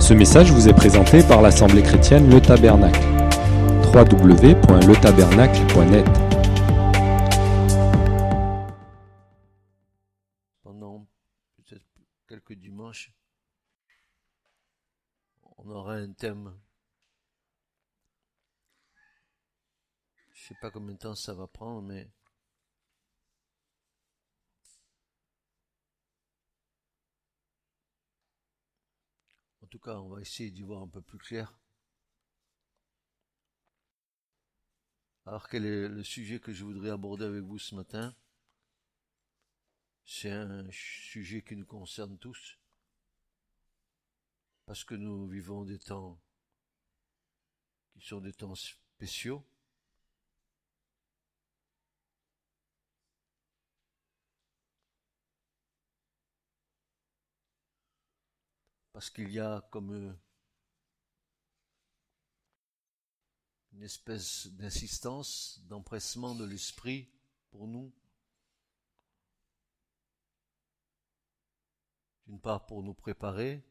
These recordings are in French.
Ce message vous est présenté par l'Assemblée chrétienne Le Tabernacle. www.letabernacle.net. Pendant peut-être quelques dimanches, on aura un thème. Je sais pas combien de temps ça va prendre, mais en tout cas, on va essayer d'y voir un peu plus clair. Alors, quel est le sujet que je voudrais aborder avec vous ce matin? C'est un sujet qui nous concerne tous, parce que nous vivons des temps qui sont des temps spéciaux. Parce qu'il y a comme une espèce d'insistance, d'empressement de l'esprit pour nous. D'une part pour nous préparer,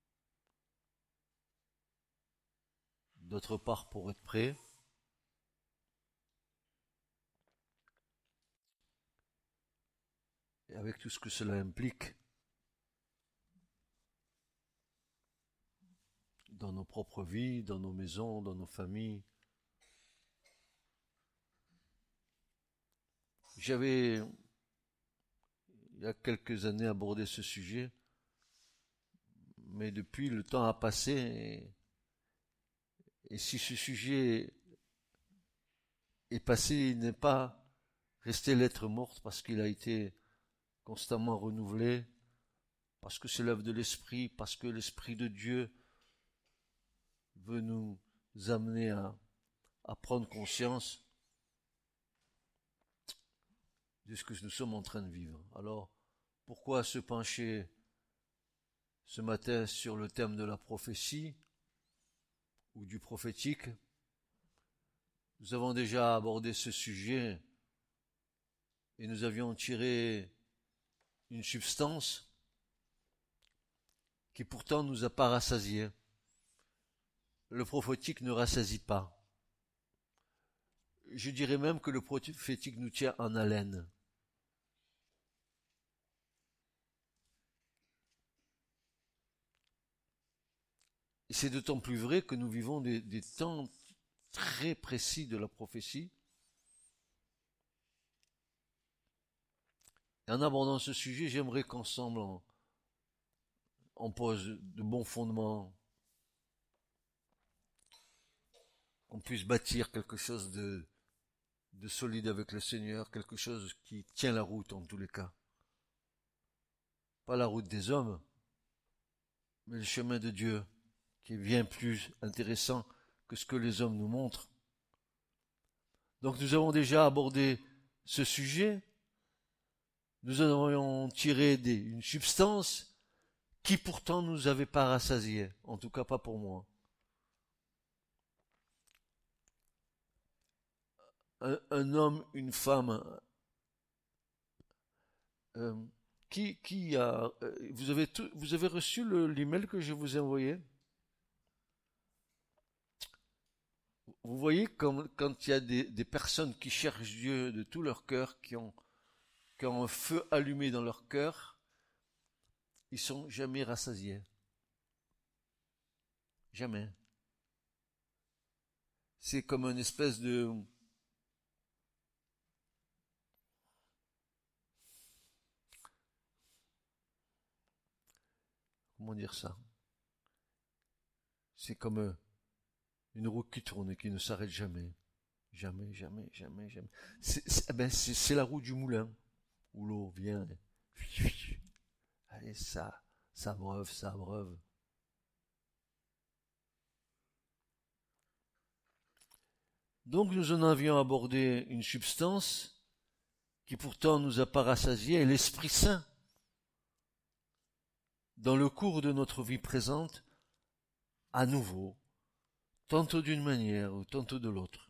d'autre part pour être prêt. Et avec tout ce que cela implique dans nos propres vies, dans nos maisons, dans nos familles. J'avais, il y a quelques années, abordé ce sujet, mais depuis le temps a passé, et si ce sujet est passé, il n'est pas resté lettre morte, parce qu'il a été constamment renouvelé, parce que c'est l'œuvre de l'Esprit, parce que l'Esprit de Dieu veut nous amener à prendre conscience de ce que nous sommes en train de vivre. Alors, pourquoi se pencher ce matin sur le thème de la prophétie ou du prophétique? Nous avons déjà abordé ce sujet et nous avions tiré une substance qui pourtant nous a pas rassasiés. Le prophétique ne rassasie pas. Je dirais même que le prophétique nous tient en haleine. Et c'est d'autant plus vrai que nous vivons des temps très précis de la prophétie. Et en abordant ce sujet, j'aimerais qu'ensemble on pose de bons fondements, qu'on puisse bâtir quelque chose de solide avec le Seigneur, quelque chose qui tient la route en tous les cas. Pas la route des hommes, mais le chemin de Dieu, qui est bien plus intéressant que ce que les hommes nous montrent. Donc nous avons déjà abordé ce sujet, nous avons tiré une substance qui pourtant nous avait pas rassasiés, en tout cas pas pour moi. Un homme, une femme, qui a, vous avez reçu l'email que je vous ai envoyé? Vous voyez quand il y a des personnes qui cherchent Dieu de tout leur cœur, qui ont un feu allumé dans leur cœur, ils sont jamais rassasiés. Jamais. C'est comme une espèce de... Comment dire ça? C'est comme une roue qui tourne et qui ne s'arrête jamais. Jamais, jamais, jamais, jamais. C'est la roue du moulin, où l'eau vient. Allez, ça abreuve, ça abreuve. Donc nous en avions abordé une substance qui pourtant nous a pas rassasiés, l'Esprit Saint. Dans le cours de notre vie présente, à nouveau, tantôt d'une manière ou tantôt de l'autre,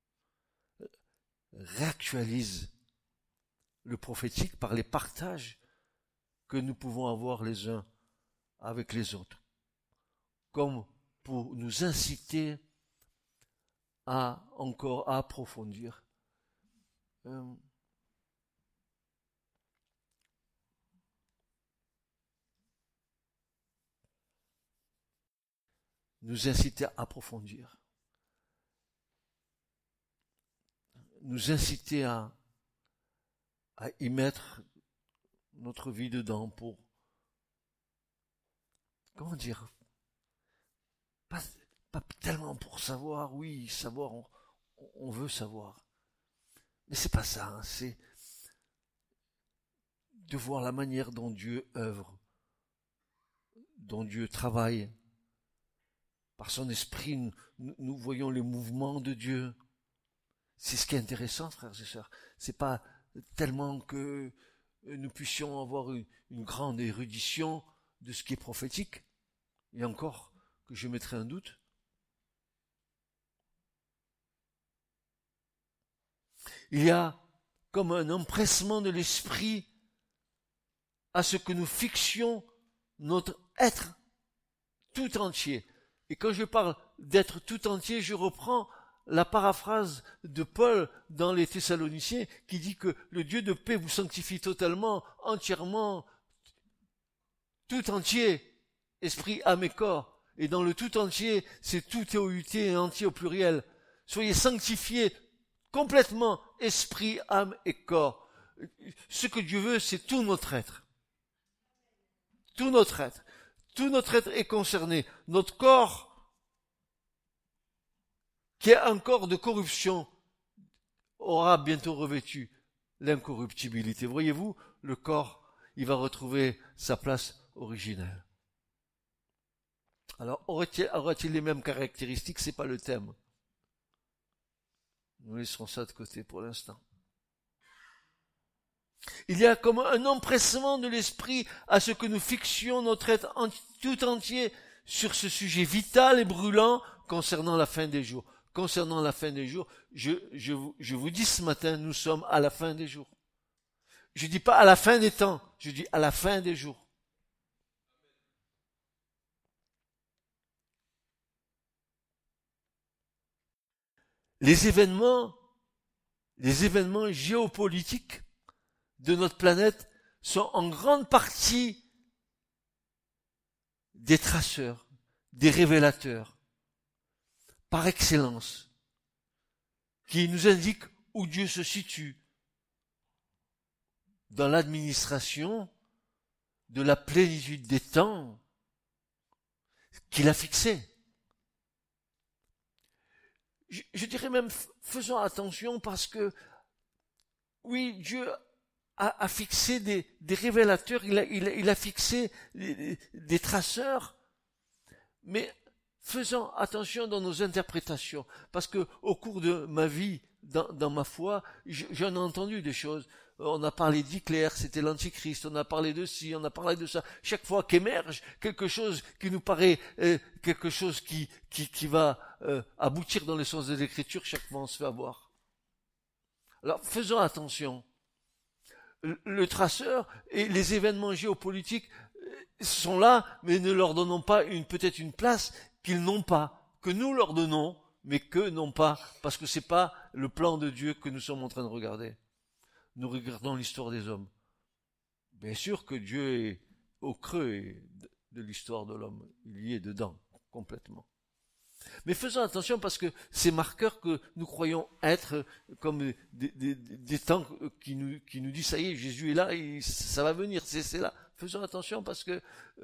réactualise le prophétique par les partages que nous pouvons avoir les uns avec les autres. comme pour nous inciter à encore approfondir. Nous inciter à approfondir. Nous inciter à y mettre notre vie dedans pour, comment dire, pas tellement pour savoir, oui, savoir, on veut savoir. Mais c'est pas ça, hein, c'est de voir la manière dont Dieu œuvre, dont Dieu travaille. Par son esprit, nous voyons les mouvements de Dieu. C'est ce qui est intéressant, frères et sœurs. C'est pas tellement que nous puissions avoir une grande érudition de ce qui est prophétique, et encore que je mettrai un doute. Il y a comme un empressement de l'esprit à ce que nous fixions notre être tout entier. Et quand je parle d'être tout entier, je reprends la paraphrase de Paul dans les Thessaloniciens qui dit que le Dieu de paix vous sanctifie totalement, entièrement, tout entier, esprit, âme et corps. Et dans le tout entier, c'est tout TOUT et entier au pluriel. Soyez sanctifiés complètement, esprit, âme et corps. Ce que Dieu veut, c'est tout notre être. Tout notre être. Tout notre être est concerné. Notre corps, qui est un corps de corruption, aura bientôt revêtu l'incorruptibilité. Voyez-vous, le corps, il va retrouver sa place originelle. Alors, aura-t-il les mêmes caractéristiques? C'est pas le thème. Nous laisserons ça de côté pour l'instant. Il y a comme un empressement de l'esprit à ce que nous fixions notre être tout entier sur ce sujet vital et brûlant concernant la fin des jours. Concernant la fin des jours, je vous dis ce matin, nous sommes à la fin des jours. Je dis pas à la fin des temps, je dis à la fin des jours. Les événements géopolitiques de notre planète sont en grande partie des traceurs, des révélateurs, par excellence, qui nous indiquent où Dieu se situe dans l'administration de la plénitude des temps qu'il a fixé. Je dirais même, faisons attention parce que, oui, Dieu a fixé des révélateurs, il a fixé des traceurs, mais faisons attention dans nos interprétations, parce que au cours de ma vie, dans ma foi, j'en ai entendu des choses. On a parlé d'Hitler, c'était l'Antichrist, on a parlé de ci, on a parlé de ça. Chaque fois qu'émerge quelque chose qui nous paraît, quelque chose qui va aboutir dans le sens de l'Écriture, chaque fois on se fait avoir. Alors faisons attention. Le traceur et les événements géopolitiques sont là, mais ne leur donnons pas peut-être une place qu'ils n'ont pas, que nous leur donnons, mais qu'eux n'ont pas, parce que c'est pas le plan de Dieu que nous sommes en train de regarder. Nous regardons l'histoire des hommes. Bien sûr que Dieu est au creux de l'histoire de l'homme. Il y est dedans, complètement. Mais faisons attention parce que ces marqueurs que nous croyons être comme des temps qui nous disent ça y est, Jésus est là, ça va venir, c'est là. Faisons attention parce que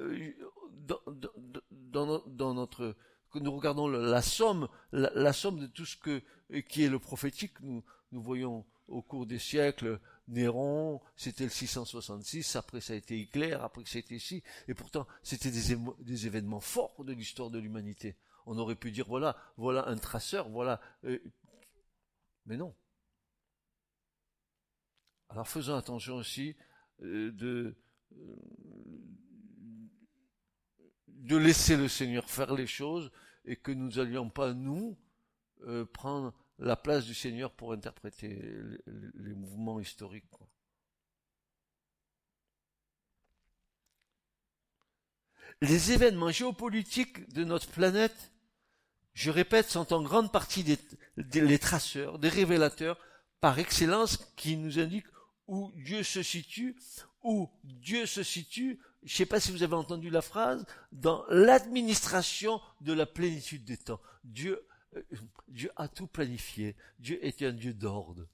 dans notre, que nous regardons la somme de tout ce qui est le prophétique, nous voyons au cours des siècles, Néron, c'était le 666, après ça a été Hitler, après ça a été ici, et pourtant c'était des événements forts de l'histoire de l'humanité. On aurait pu dire voilà un traceur, voilà, mais non. Alors faisons attention aussi de laisser le Seigneur faire les choses et que nous n'allions pas nous prendre la place du Seigneur pour interpréter les mouvements historiques, quoi. Les événements géopolitiques de notre planète, je répète, sont en grande partie les traceurs, des révélateurs par excellence qui nous indiquent où Dieu se situe, je ne sais pas si vous avez entendu la phrase, dans l'administration de la plénitude des temps. Dieu a tout planifié. Dieu est un Dieu d'ordre.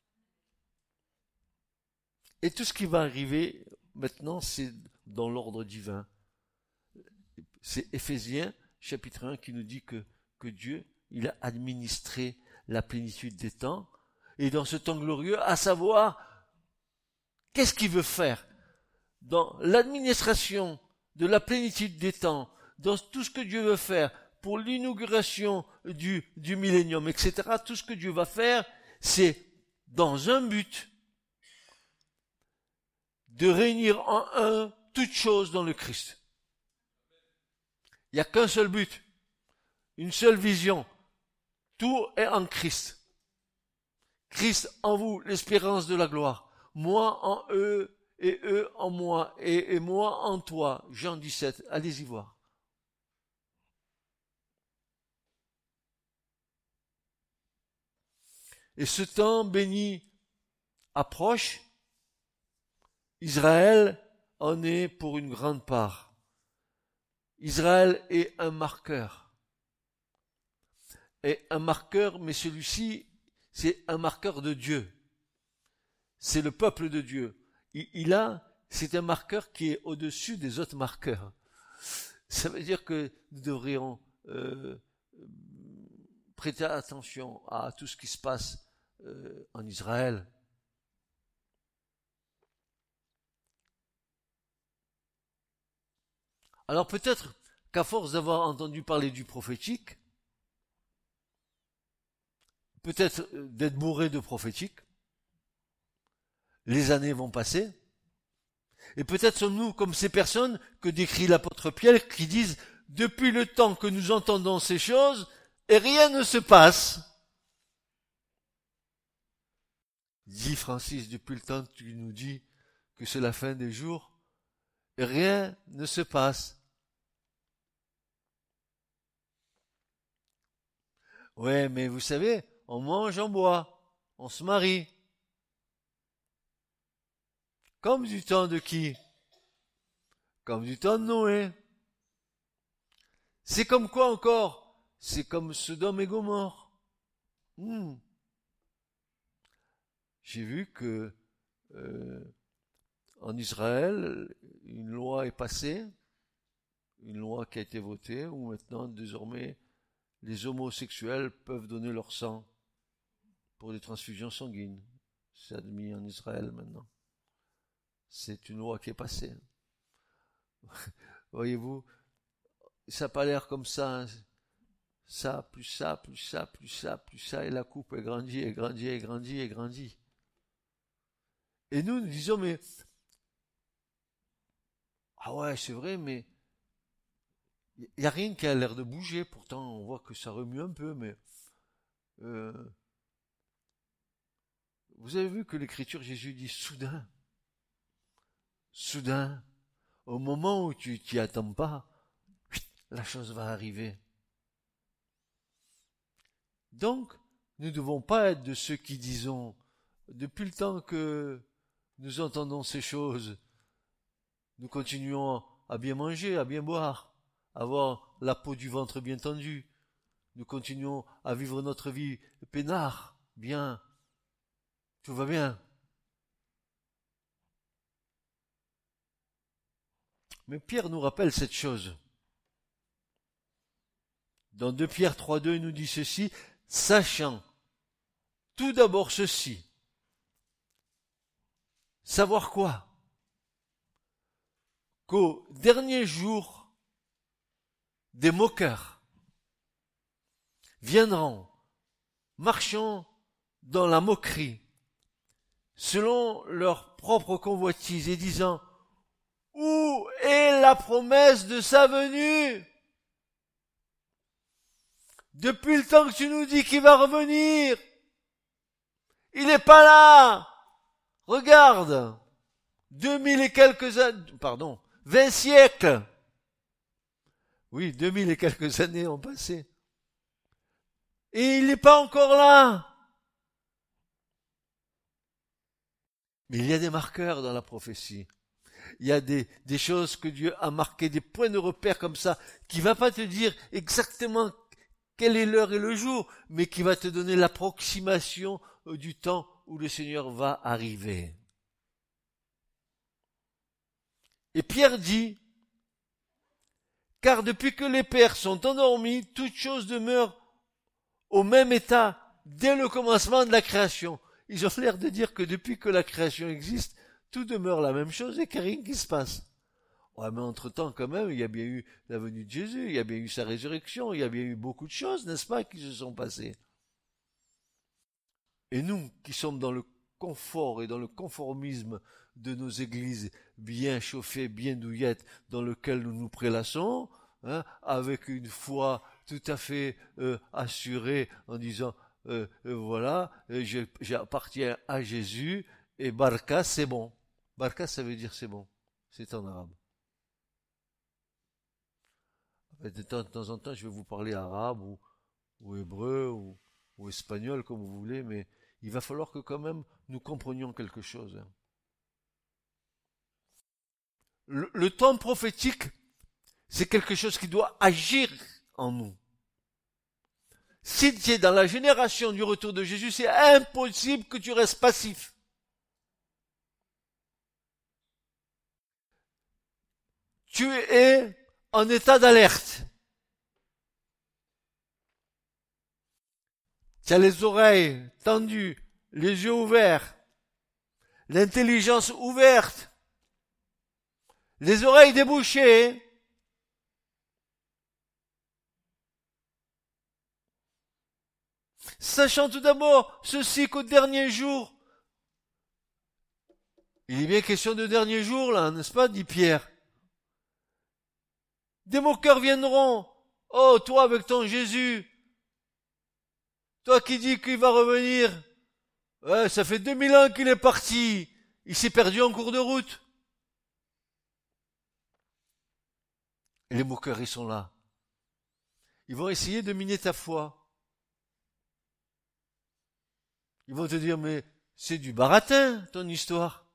Et tout ce qui va arriver maintenant, c'est dans l'ordre divin. C'est Éphésiens, chapitre 1, qui nous dit que Dieu, il a administré la plénitude des temps. Et dans ce temps glorieux, à savoir, qu'est-ce qu'il veut faire? Dans l'administration de la plénitude des temps, dans tout ce que Dieu veut faire pour l'inauguration du millénium, etc., tout ce que Dieu va faire, c'est dans un but de réunir en un toutes choses dans le Christ. Il n'y a qu'un seul but, une seule vision. Tout est en Christ. Christ en vous, l'espérance de la gloire. Moi en eux, et eux en moi, et moi en toi. Jean 17, allez-y voir. Et ce temps béni approche. Israël en est pour une grande part. Israël est un marqueur. Et un marqueur, mais celui-ci, c'est un marqueur de Dieu. C'est le peuple de Dieu. C'est un marqueur qui est au-dessus des autres marqueurs. Ça veut dire que nous devrions prêter attention à tout ce qui se passe en Israël. Alors peut-être qu'à force d'avoir entendu parler du prophétique, peut-être d'être bourré de prophétique, les années vont passer, et peut-être sommes-nous comme ces personnes que décrit l'apôtre Pierre qui disent « Depuis le temps que nous entendons ces choses, et rien ne se passe ». Dit Francis, depuis le temps que tu nous dis que c'est la fin des jours, et rien ne se passe. Ouais, mais vous savez, on mange, on boit, on se marie. Comme du temps de qui? Comme du temps de Noé. C'est comme quoi encore? C'est comme Sodome et Gomorrhe. J'ai vu que en Israël, une loi est passée, une loi qui a été votée, où maintenant, désormais, les homosexuels peuvent donner leur sang pour des transfusions sanguines. C'est admis en Israël maintenant. C'est une loi qui est passée. Voyez-vous, ça n'a pas l'air comme ça. Hein. Ça, plus ça, plus ça, plus ça, plus ça, et la coupe est grandie, et grandit, et grandit, et grandit. Et nous disons, mais ah ouais, c'est vrai, mais il n'y a rien qui a l'air de bouger. Pourtant, on voit que ça remue un peu, mais vous avez vu que l'Écriture, Jésus dit soudain, au moment où tu t'y attends pas, la chose va arriver. Donc, nous ne devons pas être de ceux qui disons, depuis le temps que nous entendons ces choses, nous continuons à bien manger, à bien boire, à avoir la peau du ventre bien tendue, nous continuons à vivre notre vie peinard, bien, tout va bien. Mais Pierre nous rappelle cette chose. Dans 2 Pierre 3,2, il nous dit ceci, sachant tout d'abord ceci. Savoir quoi? Qu'au dernier jour, des moqueurs viendront, marchant dans la moquerie, selon leur propre convoitise, et disant, où est la promesse de sa venue? Depuis le temps que tu nous dis qu'il va revenir, il n'est pas là. Regarde, 2000 et quelques années, 20 siècles, Oui, 2000 et quelques années ont passé. Et il n'est pas encore là. Mais il y a des marqueurs dans la prophétie. Il y a des choses que Dieu a marquées, des points de repère comme ça, qui va pas te dire exactement quelle est l'heure et le jour, mais qui va te donner l'approximation du temps où le Seigneur va arriver. Et Pierre dit, car depuis que les pères sont endormis, toute chose demeure au même état dès le commencement de la création. Ils ont l'air de dire que depuis que la création existe, tout demeure la même chose et qu'il n'y a rien qui se passe. Ouais, mais entre-temps, quand même, il y a bien eu la venue de Jésus, il y a bien eu sa résurrection, il y a bien eu beaucoup de choses, n'est-ce pas, qui se sont passées. Et nous, qui sommes dans le confort et dans le conformisme de nos églises bien chauffées, bien douillettes, dans lesquelles nous nous prélassons, avec une foi tout à fait assurée en disant voilà, j'appartiens à Jésus et Barka c'est bon. Barka ça veut dire c'est bon, c'est en arabe. De temps en temps je vais vous parler arabe ou hébreu ou espagnol comme vous voulez, mais il va falloir que quand même nous comprenions quelque chose. Le temps prophétique, c'est quelque chose qui doit agir en nous. Si tu es dans la génération du retour de Jésus, c'est impossible que tu restes passif. Tu es en état d'alerte. Tu as les oreilles tendues, les yeux ouverts, l'intelligence ouverte, les oreilles débouchées. Sachant tout d'abord ceci qu'au dernier jour, il est bien question de dernier jour là, n'est-ce pas, dit Pierre. Des moqueurs viendront. Oh, toi avec ton Jésus, toi qui dis qu'il va revenir, ouais, ça fait 2000 ans qu'il est parti, il s'est perdu en cours de route. Et les moqueurs, ils sont là. Ils vont essayer de miner ta foi. Ils vont te dire, mais c'est du baratin, ton histoire.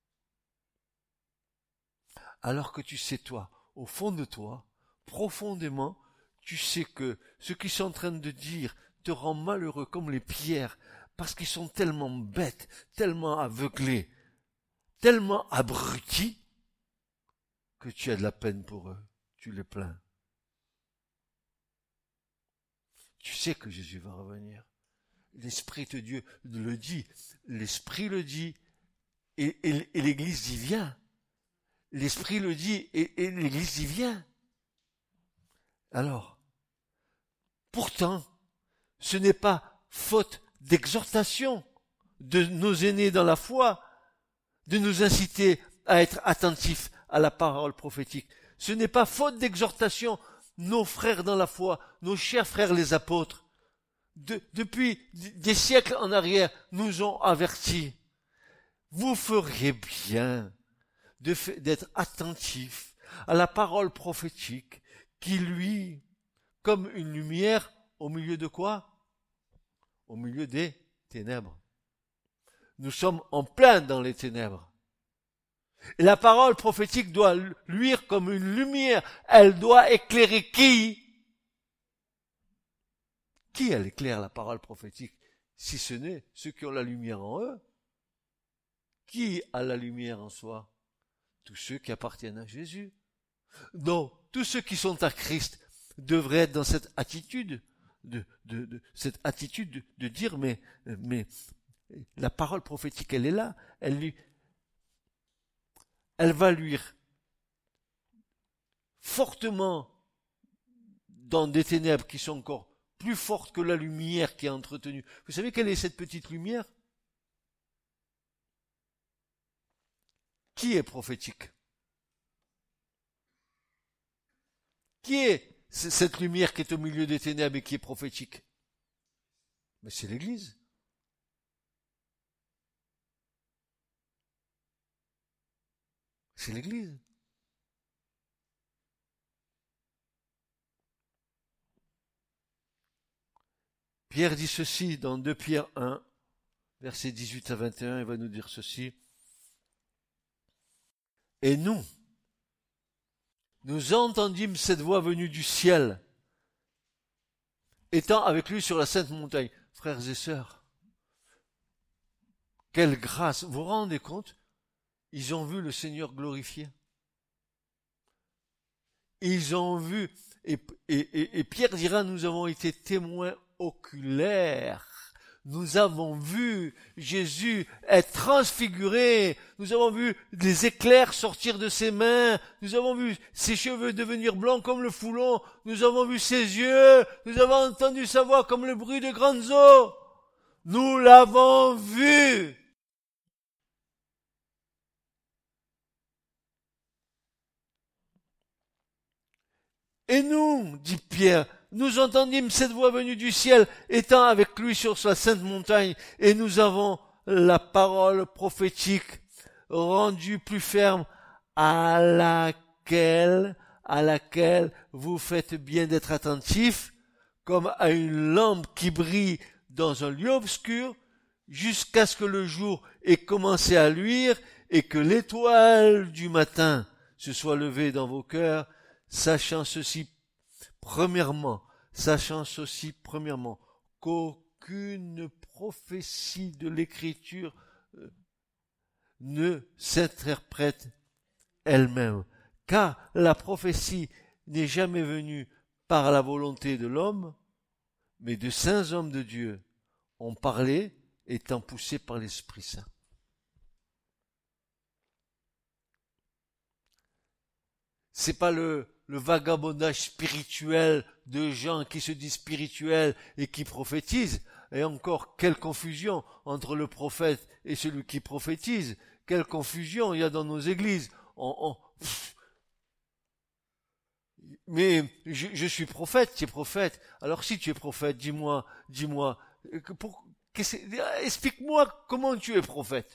Alors que tu sais, toi, au fond de toi, profondément, tu sais que ce qu'ils sont en train de dire te rend malheureux comme les pierres, parce qu'ils sont tellement bêtes, tellement aveuglés, tellement abrutis, que tu as de la peine pour eux. Tu les plains. Tu sais que Jésus va revenir. L'Esprit de Dieu le dit. L'Esprit le dit. Et l'Église y vient. L'Esprit le dit et l'Église y vient. Alors, pourtant, ce n'est pas faute d'exhortation de nos aînés dans la foi, de nous inciter à être attentifs à la parole prophétique. Ce n'est pas faute d'exhortation. Nos frères dans la foi, nos chers frères les apôtres, depuis des siècles en arrière, nous ont avertis. Vous feriez bien d'être attentifs à la parole prophétique qui, lui, comme une lumière, au milieu de quoi? Au milieu des ténèbres. Nous sommes en plein dans les ténèbres. Et la parole prophétique doit luire comme une lumière. Elle doit éclairer qui? Qui elle éclaire la parole prophétique, si ce n'est ceux qui ont la lumière en eux? Qui a la lumière en soi? Tous ceux qui appartiennent à Jésus. Donc, tous ceux qui sont à Christ devraient être dans cette attitude de dire mais la parole prophétique elle est là, elle va luire fortement dans des ténèbres qui sont encore plus fortes que la lumière qui est entretenue. Vous savez quelle est cette petite lumière? Qui est prophétique? Qui est cette lumière qui est au milieu des ténèbres et qui est prophétique? Mais c'est l'Église. C'est l'Église. Pierre dit ceci dans 2 Pierre 1, versets 18 à 21, il va nous dire ceci. Et nous entendîmes cette voix venue du ciel, étant avec lui sur la sainte montagne. Frères et sœurs, quelle grâce! Vous vous rendez compte? Ils ont vu le Seigneur glorifié. Ils ont vu, et Pierre dira, nous avons été témoins oculaires. Nous avons vu Jésus être transfiguré. Nous avons vu des éclairs sortir de ses mains. Nous avons vu ses cheveux devenir blancs comme le foulon. Nous avons vu ses yeux. Nous avons entendu sa voix comme le bruit de grandes eaux. Nous l'avons vu. Et nous, dit Pierre, nous entendîmes cette voix venue du ciel, étant avec lui sur sa sainte montagne, et nous avons la parole prophétique rendue plus ferme, à laquelle vous faites bien d'être attentifs, comme à une lampe qui brille dans un lieu obscur, jusqu'à ce que le jour ait commencé à luire, et que l'étoile du matin se soit levée dans vos cœurs, sachant ceci premièrement, qu'aucune prophétie de l'Écriture ne s'interprète elle-même, car la prophétie n'est jamais venue par la volonté de l'homme, mais de saints hommes de Dieu ont parlé, étant poussés par l'Esprit Saint. C'est pas le vagabondage spirituel de gens qui se disent spirituels et qui prophétisent. Et encore, quelle confusion entre le prophète et celui qui prophétise. Quelle confusion il y a dans nos églises. Mais je suis prophète, tu es prophète. Alors si tu es prophète, dis-moi, explique-moi comment tu es prophète.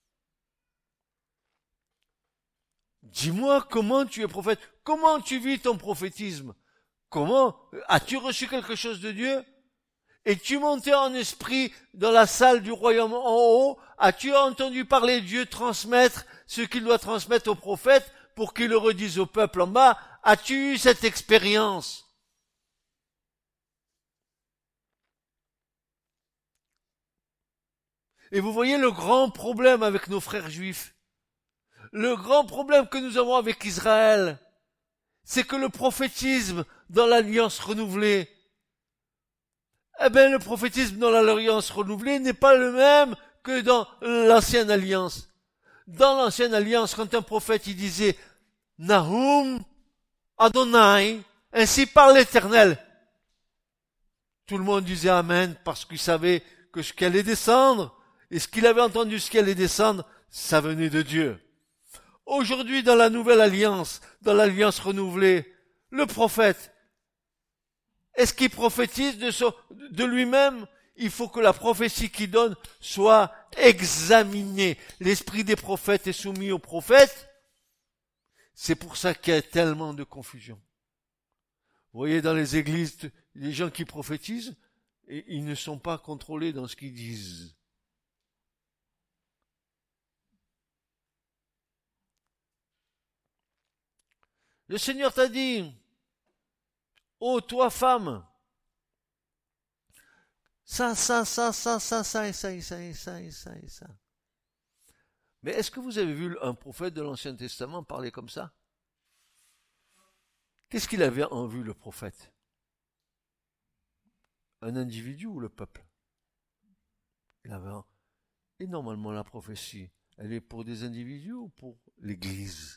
Dis-moi comment tu es prophète. Comment tu vis ton prophétisme? Comment? As-tu reçu quelque chose de Dieu? Es-tu monté en esprit dans la salle du royaume en haut? As-tu entendu parler Dieu transmettre ce qu'il doit transmettre aux prophètes pour qu'ils le redisent au peuple en bas? As-tu eu cette expérience? Et vous voyez le grand problème avec nos frères juifs. Le grand problème que nous avons avec Israël, c'est que le prophétisme dans l'alliance renouvelée, le prophétisme dans l'alliance renouvelée n'est pas le même que dans l'ancienne alliance. Dans l'ancienne alliance, quand un prophète il disait Nahum Adonai, ainsi parle l'Éternel, tout le monde disait Amen parce qu'il savait que ce qui allait descendre et ce qu'il avait entendu, ce qui allait descendre, ça venait de Dieu. Aujourd'hui, dans la nouvelle alliance, dans l'alliance renouvelée, le prophète, est-ce qu'il prophétise de lui-même? Il faut que la prophétie qu'il donne soit examinée. L'esprit des prophètes est soumis aux prophètes. C'est pour ça qu'il y a tellement de confusion. Vous voyez dans les églises, les gens qui prophétisent, et ils ne sont pas contrôlés dans ce qu'ils disent. Le Seigneur t'a dit, ô toi femme, ça. Mais est-ce que vous avez vu un prophète de l'Ancien Testament parler comme ça? Qu'est-ce qu'il avait en vue, le prophète? Un individu ou le peuple? Et normalement, la prophétie, elle est pour des individus ou pour l'Église?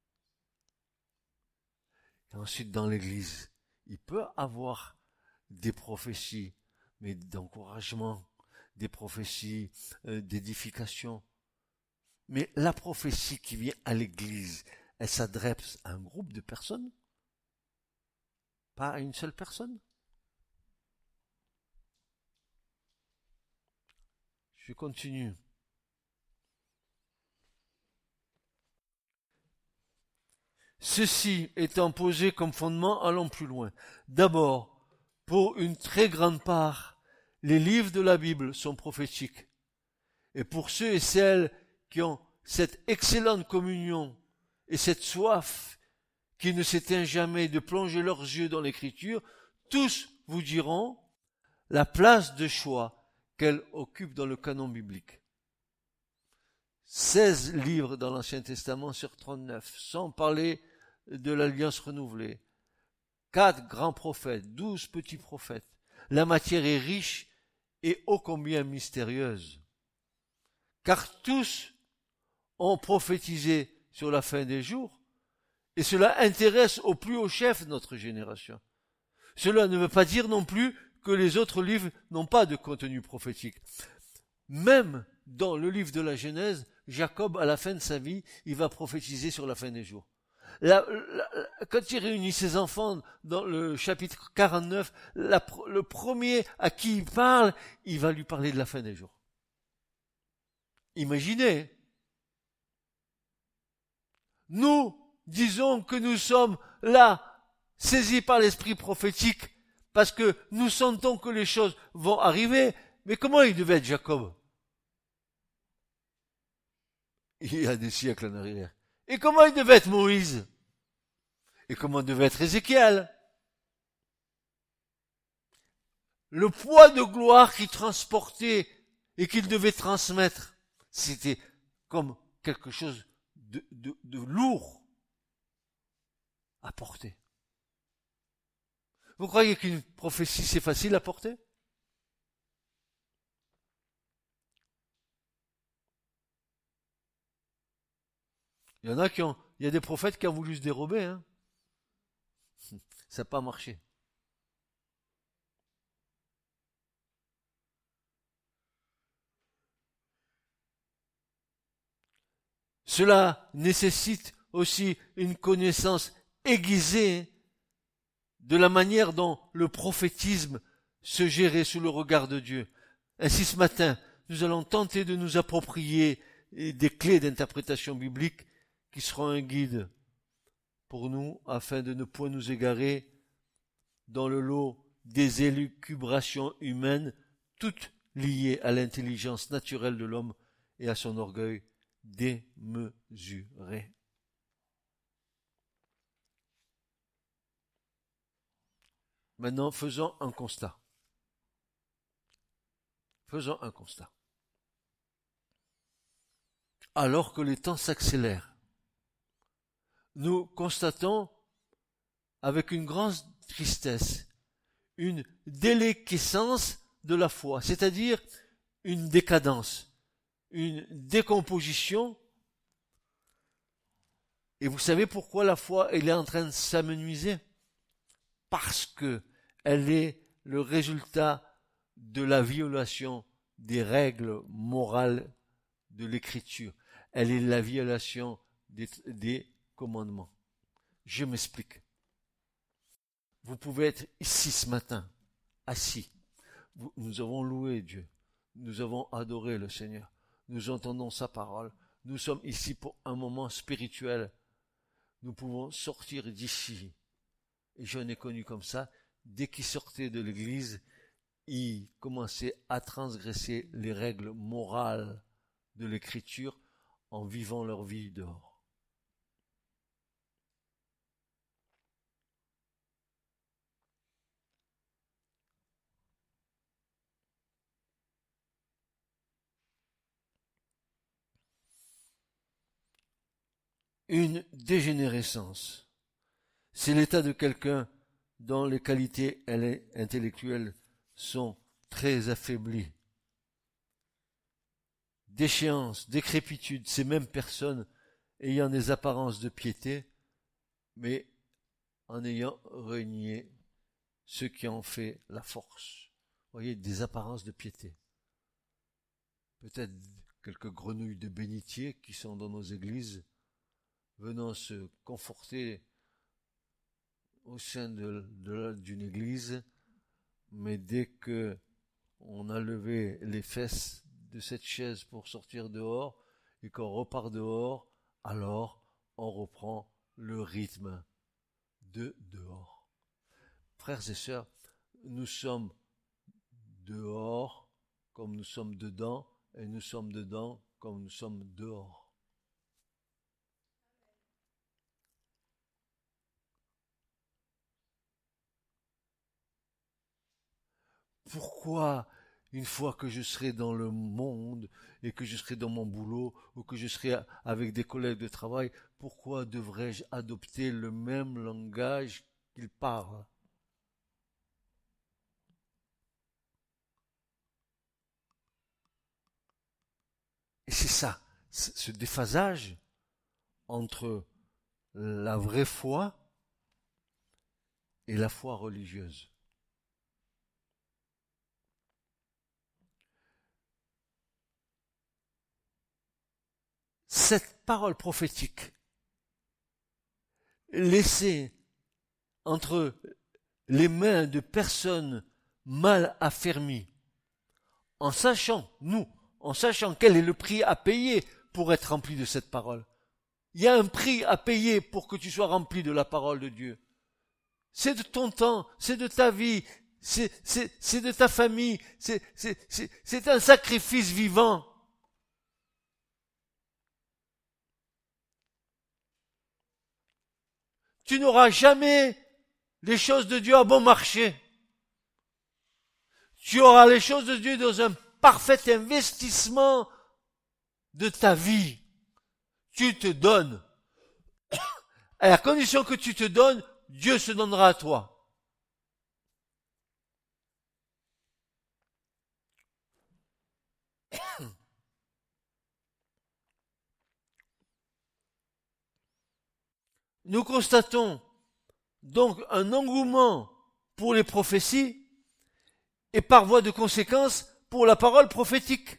Et ensuite, dans l'Église, il peut avoir des prophéties, mais d'encouragement, des prophéties d'édification. Mais la prophétie qui vient à l'Église, elle s'adresse à un groupe de personnes, pas à une seule personne. Je continue. Ceci étant posé comme fondement, allons plus loin. D'abord, pour une très grande part, les livres de la Bible sont prophétiques. Et pour ceux et celles qui ont cette excellente communion et cette soif qui ne s'éteint jamais de plonger leurs yeux dans l'Écriture, tous vous diront la place de choix qu'elle occupe dans le canon biblique. 16 livres dans l'Ancien Testament sur 39, sans parler de l'Alliance renouvelée. 4 grands prophètes, 12 petits prophètes. La matière est riche et ô combien mystérieuse. Car tous ont prophétisé sur la fin des jours, et cela intéresse au plus haut chef de notre génération. Cela ne veut pas dire non plus que les autres livres n'ont pas de contenu prophétique. Même dans le livre de la Genèse, Jacob, à la fin de sa vie, il va prophétiser sur la fin des jours. Quand il réunit ses enfants dans le chapitre 49, le premier à qui il parle, il va lui parler de la fin des jours. Imaginez. Nous disons que nous sommes là, saisis par l'esprit prophétique, parce que nous sentons que les choses vont arriver. Mais comment il devait être Jacob? Il y a des siècles en arrière. Et comment il devait être Moïse? Et comment devait être Ézéchiel? Le poids de gloire qu'il transportait et qu'il devait transmettre, c'était comme quelque chose de lourd à porter. Vous croyez qu'une prophétie c'est facile à porter? Il y a des prophètes qui ont voulu se dérober, hein. Ça n'a pas marché. Cela nécessite aussi une connaissance aiguisée de la manière dont le prophétisme se gérait sous le regard de Dieu. Ainsi ce matin, nous allons tenter de nous approprier des clés d'interprétation biblique qui seront un guide pour nous afin de ne point nous égarer dans le lot des élucubrations humaines, toutes liées à l'intelligence naturelle de l'homme et à son orgueil démesuré. Maintenant, faisons un constat. Faisons un constat. Alors que les temps s'accélèrent, nous constatons avec une grande tristesse une déliquescence de la foi, c'est-à-dire une décadence, une décomposition. Et vous savez pourquoi la foi elle est en train de s'amenuiser? Parce que elle est le résultat de la violation des règles morales de l'Écriture. Elle est la violation des commandements. Je m'explique. Vous pouvez être ici ce matin, assis. Nous avons loué Dieu. Nous avons adoré le Seigneur. Nous entendons sa parole. Nous sommes ici pour un moment spirituel. Nous pouvons sortir d'ici. Et je n'ai connu comme ça. Dès qu'ils sortaient de l'église, ils commençaient à transgresser les règles morales de l'Écriture en vivant leur vie dehors. Une dégénérescence, c'est l'état de quelqu'un dont les qualités intellectuelles sont très affaiblies. Déchéance, décrépitude, ces mêmes personnes ayant des apparences de piété, mais en ayant renié ce qui en fait la force. Vous voyez, des apparences de piété. Peut-être quelques grenouilles de bénitier qui sont dans nos églises, venant se conforter au sein d'une église, mais dès que on a levé les fesses de cette chaise pour sortir dehors et qu'on repart dehors, alors on reprend le rythme de dehors. Frères et sœurs, nous sommes dehors comme nous sommes dedans, et nous sommes dedans comme nous sommes dehors. Pourquoi, une fois que je serai dans le monde et que je serai dans mon boulot ou que je serai avec des collègues de travail, pourquoi devrais-je adopter le même langage qu'ils parlent? Et c'est ça, ce déphasage entre la vraie foi et la foi religieuse. Cette parole prophétique laissée entre les mains de personnes mal affermies, en sachant quel est le prix à payer pour être rempli de cette parole. Il y a un prix à payer pour que tu sois rempli de la parole de Dieu. C'est de ton temps, c'est de ta vie, c'est de ta famille, c'est un sacrifice vivant. Tu n'auras jamais les choses de Dieu à bon marché. Tu auras les choses de Dieu dans un parfait investissement de ta vie. Tu te donnes. À la condition que tu te donnes, Dieu se donnera à toi. Nous constatons donc un engouement pour les prophéties et par voie de conséquence pour la parole prophétique.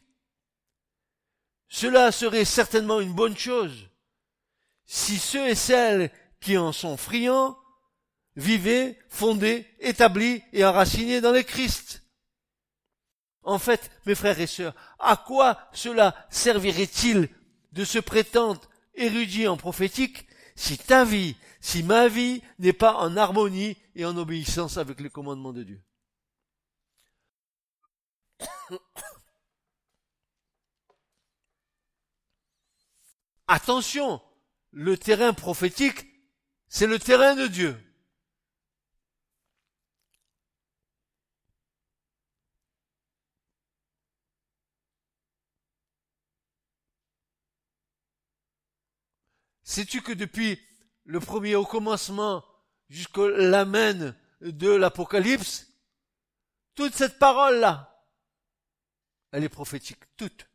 Cela serait certainement une bonne chose si ceux et celles qui en sont friands vivaient, fondés, établis et enracinés dans le Christ. En fait, mes frères et sœurs, à quoi cela servirait-il de se prétendre érudit en prophétique si ta vie, si ma vie n'est pas en harmonie et en obéissance avec les commandements de Dieu? Attention, le terrain prophétique, c'est le terrain de Dieu. Sais-tu que depuis le premier au commencement jusqu'au l'amen de l'Apocalypse, toute cette parole-là, elle est prophétique. Toute.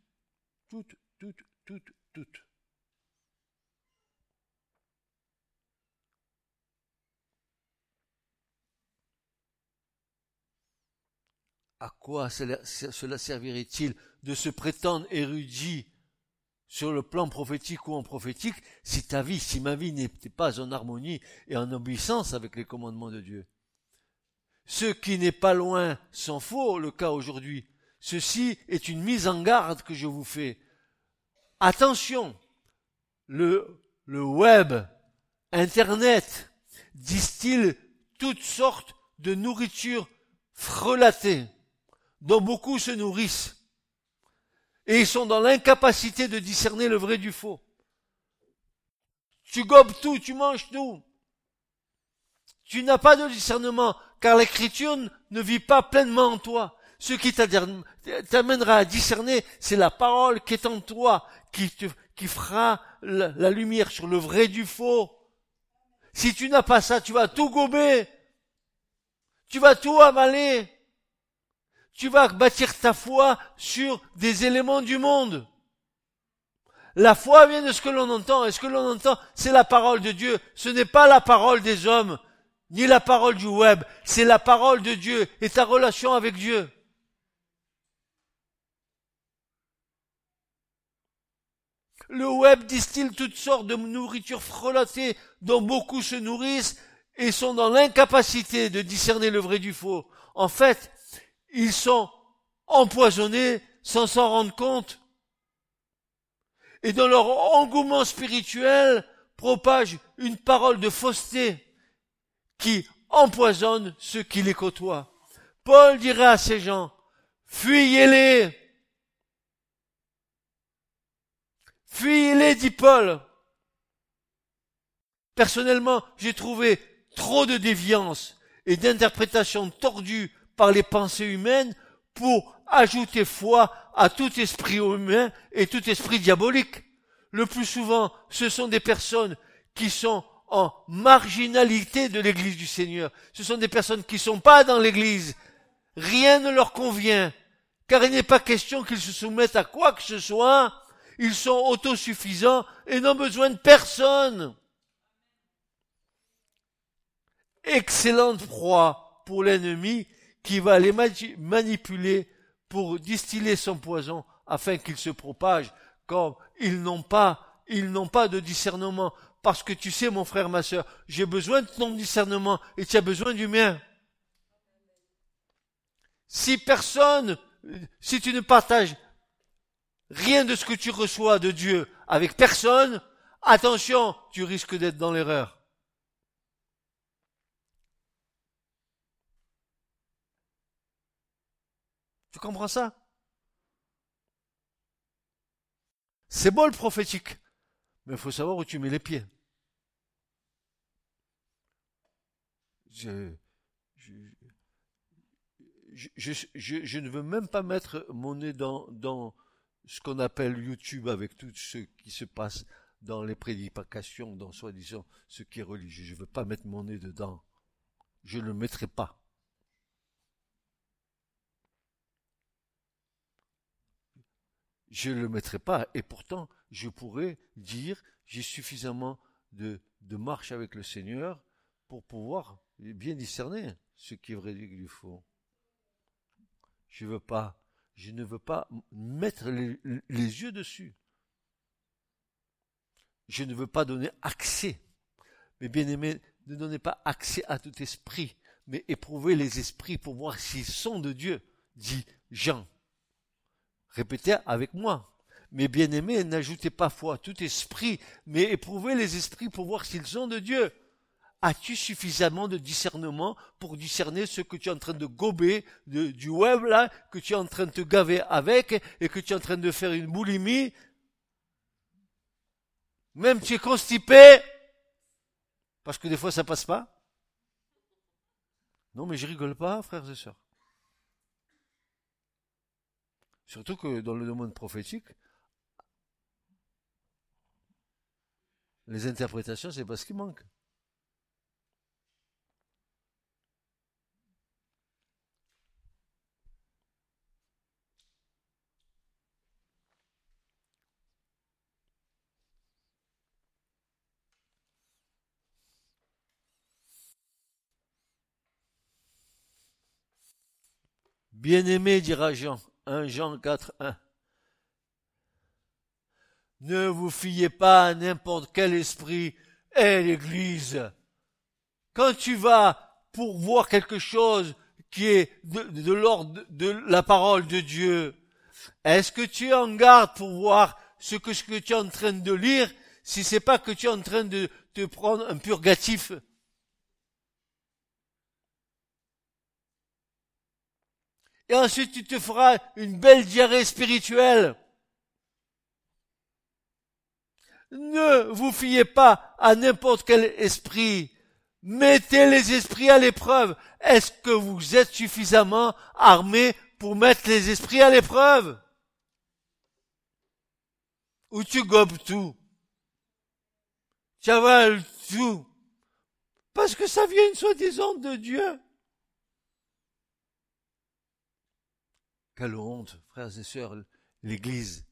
À quoi cela servirait-il de se prétendre érudit sur le plan prophétique ou en prophétique si ta vie, si ma vie n'était pas en harmonie et en obéissance avec les commandements de Dieu? Ce qui n'est pas loin s'en faut le cas aujourd'hui. Ceci est une mise en garde que je vous fais. Attention, le web, Internet, distille toutes sortes de nourriture frelatée, dont beaucoup se nourrissent. Et ils sont dans l'incapacité de discerner le vrai du faux. Tu gobes tout, tu manges tout. Tu n'as pas de discernement, car l'écriture ne vit pas pleinement en toi. Ce qui t'amènera à discerner, c'est la parole qui est en toi, qui fera la lumière sur le vrai du faux. Si tu n'as pas ça, tu vas tout gober. Tu vas tout avaler. Tu vas bâtir ta foi sur des éléments du monde. La foi vient de ce que l'on entend, et ce que l'on entend, c'est la parole de Dieu. Ce n'est pas la parole des hommes, ni la parole du web, c'est la parole de Dieu et ta relation avec Dieu. Le web distille toutes sortes de nourriture frelatée dont beaucoup se nourrissent et sont dans l'incapacité de discerner le vrai du faux. En fait, ils sont empoisonnés sans s'en rendre compte. Et dans leur engouement spirituel, propagent une parole de fausseté qui empoisonne ceux qui les côtoient. Paul dirait à ces gens, Fuyez-les. Fuyez-les, dit Paul. Personnellement, j'ai trouvé trop de déviance et d'interprétations tordues par les pensées humaines pour ajouter foi à tout esprit humain et tout esprit diabolique. Le plus souvent, ce sont des personnes qui sont en marginalité de l'Église du Seigneur. Ce sont des personnes qui ne sont pas dans l'Église. Rien ne leur convient, car il n'est pas question qu'ils se soumettent à quoi que ce soit. Ils sont autosuffisants et n'ont besoin de personne. Excellente proie pour l'ennemi qui va les manipuler pour distiller son poison afin qu'il se propage, comme ils n'ont pas de discernement. Parce que tu sais, mon frère, ma sœur, j'ai besoin de ton discernement et tu as besoin du mien. Si tu ne partages rien de ce que tu reçois de Dieu avec personne, attention, tu risques d'être dans l'erreur. Tu comprends ça? C'est beau le prophétique, mais il faut savoir où tu mets les pieds. Je ne veux même pas mettre mon nez dans ce qu'on appelle YouTube avec tout ce qui se passe dans les prédications, dans soi-disant ce qui est religieux. Je ne veux pas mettre mon nez dedans. Je ne le mettrai pas. Je ne le mettrai pas, et pourtant, je pourrais dire, j'ai suffisamment de marche avec le Seigneur pour pouvoir bien discerner ce qui est vrai du faux. Je ne veux pas mettre les yeux dessus. Je ne veux pas donner accès. Mais bien aimé, ne donnez pas accès à tout esprit, mais éprouvez les esprits pour voir s'ils sont de Dieu, dit Jean. Répétez avec moi. Mais bien aimé, n'ajoutez pas foi à tout esprit, mais éprouvez les esprits pour voir s'ils sont de Dieu. As-tu suffisamment de discernement pour discerner ce que tu es en train de gober du web là, que tu es en train de te gaver avec et que tu es en train de faire une boulimie? Même tu es constipé, parce que des fois ça passe pas. Non mais je rigole pas, frères et sœurs. Surtout que dans le domaine prophétique, les interprétations c'est pas ce qui manque. Bien-aimé, dira Jean, 1 Jean 4, 1. Ne vous fiez pas à n'importe quel esprit. L'Église. Quand tu vas pour voir quelque chose qui est de l'ordre de la parole de Dieu, est-ce que tu es en garde pour voir ce que tu es en train de lire, si c'est pas que tu es en train de te prendre un purgatif? Et ensuite tu te feras une belle diarrhée spirituelle. Ne vous fiez pas à n'importe quel esprit. Mettez les esprits à l'épreuve. Est-ce que vous êtes suffisamment armés pour mettre les esprits à l'épreuve? Ou tu gobes tout? Tu avales tout? Parce que ça vient soi-disant de Dieu. Quelle honte, frères et sœurs, l'Église.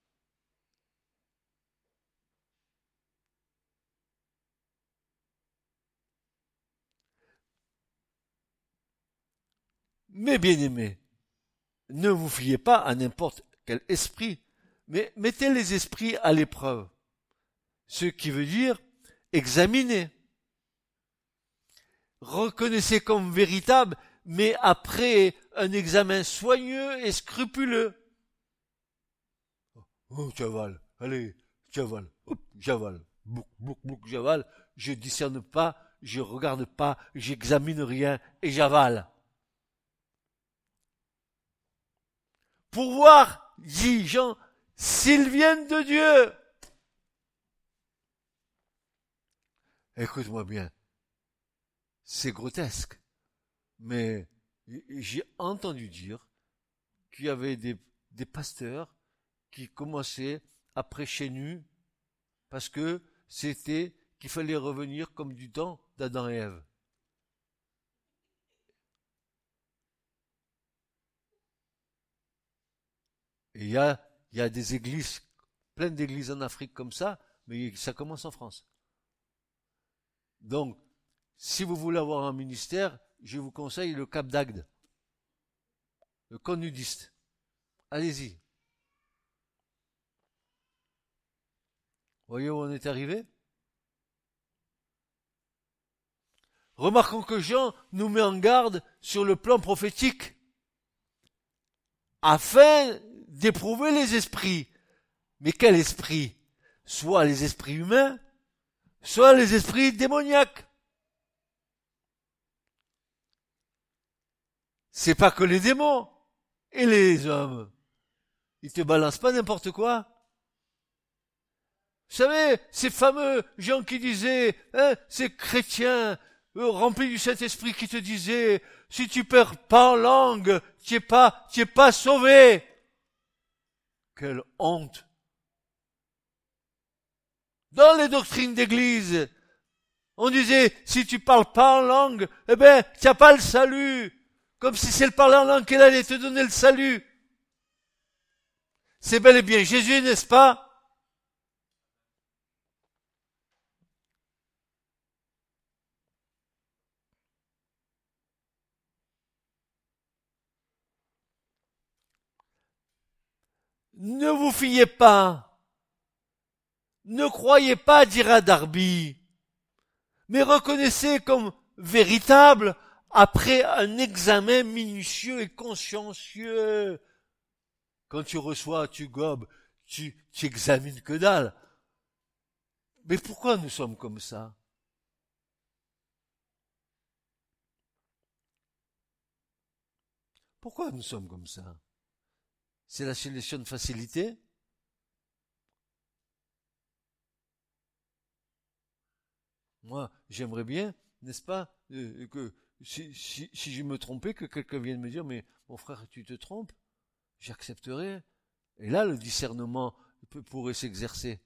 Mais bien-aimés, ne vous fiez pas à n'importe quel esprit, mais mettez les esprits à l'épreuve. Ce qui veut dire examinez. Reconnaissez comme véritable, mais après un examen soigneux et scrupuleux. Oh, j'avale, allez, j'avale, hop, j'avale, bouc, bouc, bouc, j'avale, je discerne pas, je regarde pas, j'examine rien et j'avale. pour voir, dit Jean, s'ils viennent de Dieu. Écoute-moi bien, c'est grotesque, mais j'ai entendu dire qu'il y avait des pasteurs qui commençaient à prêcher nus parce que c'était qu'il fallait revenir comme du temps d'Adam et Ève. Et il y a des églises, plein d'églises en Afrique comme ça, mais ça commence en France. Donc, si vous voulez avoir un ministère, je vous conseille le Cap d'Agde, le camp nudiste. Allez-y. Voyez où on est arrivé? Remarquons que Jean nous met en garde sur le plan prophétique, afin d'éprouver les esprits. Mais quel esprit? Soit les esprits humains, soit les esprits démoniaques. C'est pas que les démons et les hommes. Ils te balancent pas n'importe quoi. Vous savez, ces fameux gens qui disaient, ces chrétiens remplis du Saint-Esprit qui te disaient, si tu perds pas en langue, tu es pas sauvé. Quelle honte! Dans les doctrines d'église, on disait, si tu parles pas en langue, eh ben, tu n'as pas le salut. Comme si c'est le parler en langue qu'il allait te donner le salut. C'est bel et bien Jésus, n'est-ce pas? Ne vous fiez pas. Ne croyez pas dire à Darby, mais reconnaissez comme véritable après un examen minutieux et consciencieux. Quand tu reçois, tu gobes, tu examines que dalle. Mais pourquoi nous sommes comme ça? Pourquoi nous sommes comme ça? C'est la solution de facilité? Moi, j'aimerais bien, n'est-ce pas, que si je me trompais, que quelqu'un vienne me dire, mais mon frère, tu te trompes, j'accepterai. Et là, le discernement pourrait s'exercer.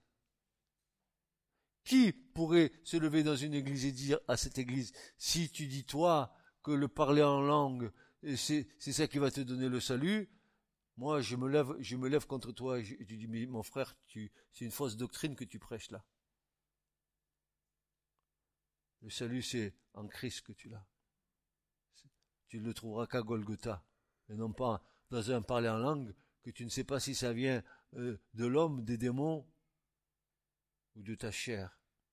Qui pourrait se lever dans une église et dire à cette église, si tu dis toi que le parler en langue, c'est ça qui va te donner le salut, moi je me lève contre toi et tu dis, mais mon frère, c'est une fausse doctrine que tu prêches là. Le salut, c'est en Christ que tu l'as. Tu ne le trouveras qu'à Golgotha, et non pas dans un parler en langue que tu ne sais pas si ça vient de l'homme, des démons ou de ta chair.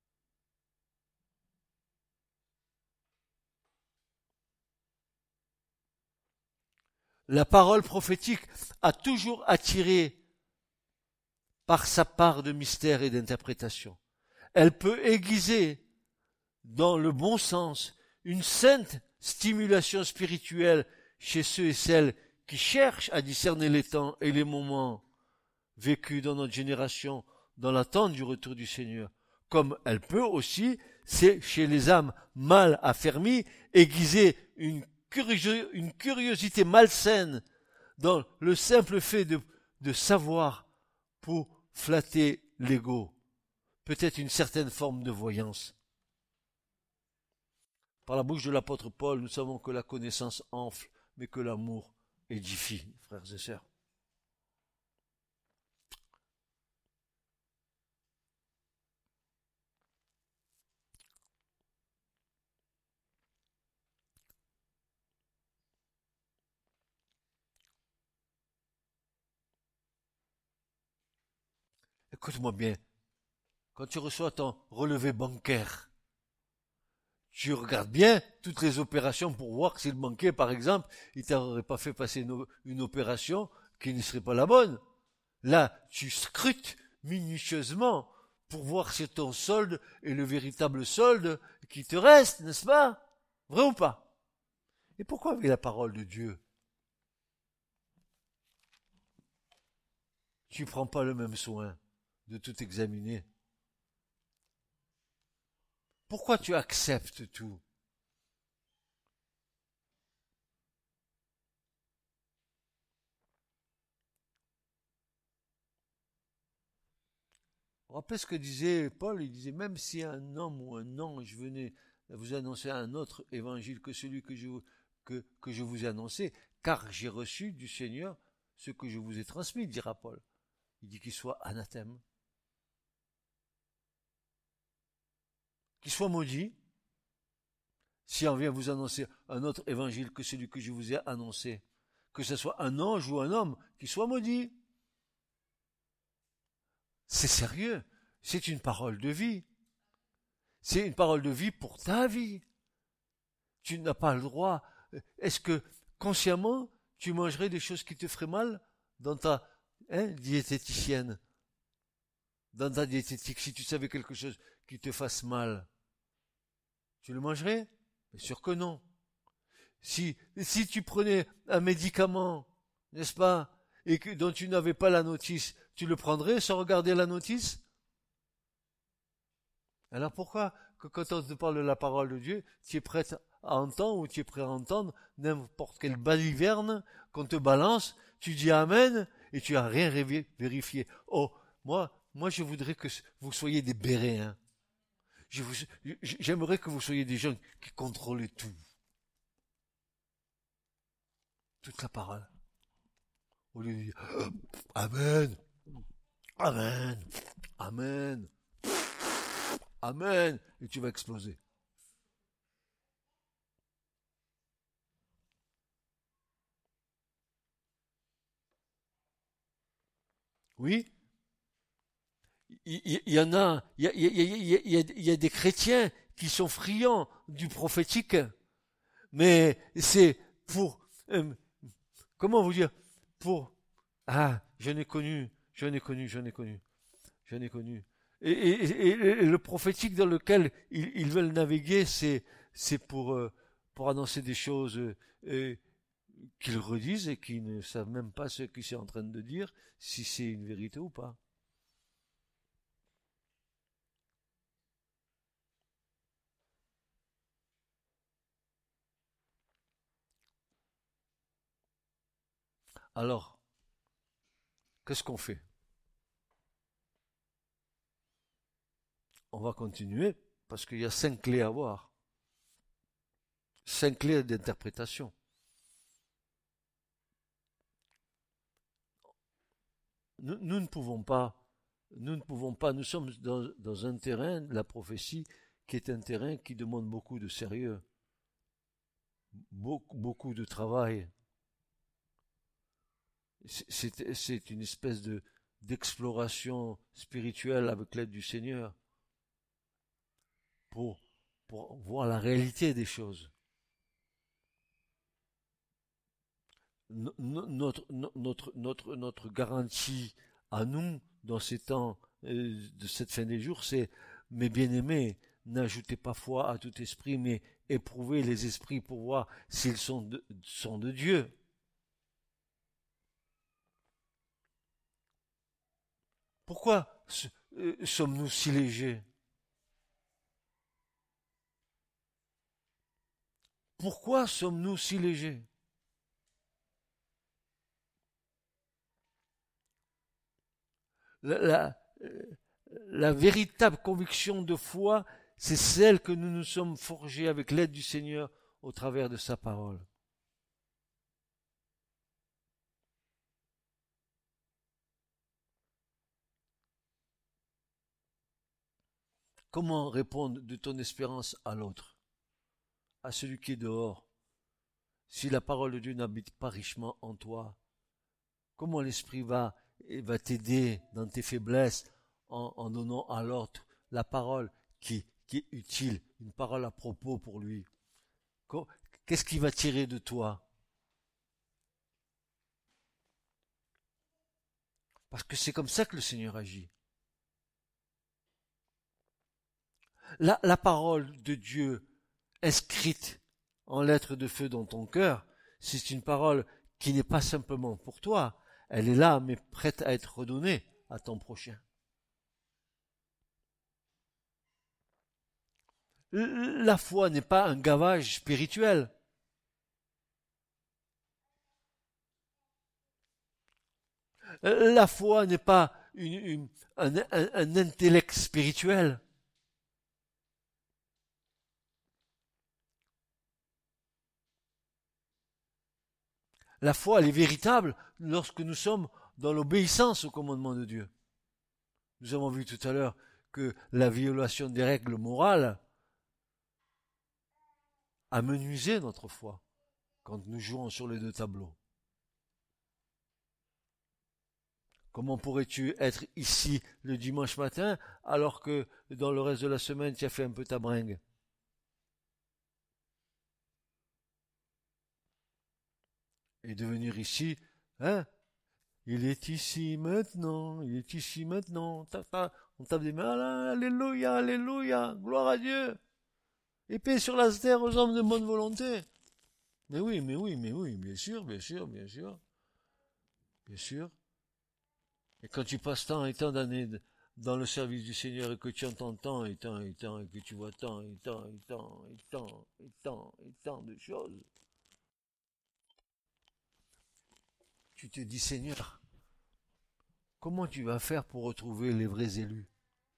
La parole prophétique a toujours attiré par sa part de mystère et d'interprétation. Elle peut aiguiser, dans le bon sens, une sainte stimulation spirituelle chez ceux et celles qui cherchent à discerner les temps et les moments vécus dans notre génération dans l'attente du retour du Seigneur, comme elle peut aussi, chez les âmes mal affermies, aiguiser une curiosité malsaine dans le simple fait de savoir pour flatter l'ego, peut-être une certaine forme de voyance. Par la bouche de l'apôtre Paul, nous savons que la connaissance enfle, mais que l'amour édifie, frères et sœurs. Écoute-moi bien, quand tu reçois ton relevé bancaire, tu regardes bien toutes les opérations pour voir si le banquier, par exemple, il t'aurait pas fait passer une opération qui ne serait pas la bonne. Là, tu scrutes minutieusement pour voir si ton solde est le véritable solde qui te reste, n'est-ce pas? Vrai ou pas? Et pourquoi avec la parole de Dieu? tu prends pas le même soin de tout examiner? Pourquoi tu acceptes tout? Vous vous rappelez ce que disait Paul? Il disait, même si un homme ou un ange venait vous annoncer un autre évangile que celui que je vous ai annoncé, car j'ai reçu du Seigneur ce que je vous ai transmis, dira Paul. Il dit qu'il soit anathème, qu'il soit maudit, si on vient vous annoncer un autre évangile que celui que je vous ai annoncé, que ce soit un ange ou un homme, qu'il soit maudit. C'est sérieux, c'est une parole de vie. C'est une parole de vie pour ta vie. Tu n'as pas le droit. Est-ce que consciemment, tu mangerais des choses qui te feraient mal dans ta diététicienne, dans ta diététique, si tu savais quelque chose qui te fasse mal, tu le mangerais? Bien sûr que non. Si tu prenais un médicament, n'est-ce pas, et dont tu n'avais pas la notice, tu le prendrais sans regarder la notice? Alors pourquoi, que quand on te parle de la parole de Dieu, tu es prêt à entendre ou tu es prêt à entendre n'importe quelle baliverne qu'on te balance, tu dis Amen et tu n'as rien vérifié. Oh, moi je voudrais que vous soyez des béréens. J'aimerais que vous soyez des gens qui contrôlent tout. Toute la parole. Au lieu de dire Amen, Amen, Amen, Amen, et tu vas exploser. Oui, il y en a, il y a des chrétiens qui sont friands du prophétique, mais c'est pour, comment vous dire, pour, j'en ai connu. Et le prophétique dans lequel ils veulent naviguer, c'est pour annoncer des choses qu'ils redisent et qui ne savent même pas ce qu'ils sont en train de dire, si c'est une vérité ou pas. Alors, qu'est-ce qu'on fait? On va continuer parce qu'il y a 5 clés à voir. 5 clés d'interprétation. Nous ne pouvons pas, nous sommes dans un terrain, la prophétie, qui est un terrain qui demande beaucoup de sérieux, beaucoup de travail. C'est une espèce d'exploration spirituelle avec l'aide du Seigneur pour voir la réalité des choses. Notre garantie à nous dans ces temps de cette fin des jours, c'est mes bien-aimés, n'ajoutez pas foi à tout esprit, mais éprouvez les esprits pour voir s'ils sont de Dieu. Pourquoi sommes-nous si légers? Pourquoi sommes-nous si légers? La véritable conviction de foi, c'est celle que nous nous sommes forgés avec l'aide du Seigneur au travers de sa parole. Comment répondre de ton espérance à l'autre, à celui qui est dehors, si la parole de Dieu n'habite pas richement en toi? Comment l'Esprit va t'aider dans tes faiblesses en donnant à l'autre la parole qui est utile, une parole à propos pour lui? Qu'est-ce qu'il va tirer de toi? Parce que c'est comme ça que le Seigneur agit. La parole de Dieu inscrite en lettres de feu dans ton cœur, c'est une parole qui n'est pas simplement pour toi, Elle est là, mais prête à être redonnée à ton prochain. La foi n'est pas un gavage spirituel. La foi n'est pas un intellect spirituel. La foi, elle est véritable lorsque nous sommes dans l'obéissance au commandement de Dieu. Nous avons vu tout à l'heure que la violation des règles morales amenuisait notre foi quand nous jouons sur les deux tableaux. Comment pourrais-tu être ici le dimanche matin alors que dans le reste de la semaine tu as fait un peu ta bringue? Et de venir ici, hein? Il est ici maintenant, il est ici maintenant. On tape des mains, alléluia, alléluia, gloire à Dieu. Épée sur la terre aux hommes de bonne volonté. Mais oui, mais oui, mais oui, bien sûr, bien sûr, bien sûr, bien sûr. Et quand tu passes tant et tant d'années dans le service du Seigneur et que tu entends tant et tant et tant et que tu vois tant et tant et tant et tant et tant et tant de choses, tu te dis Seigneur, comment tu vas faire pour retrouver les vrais élus?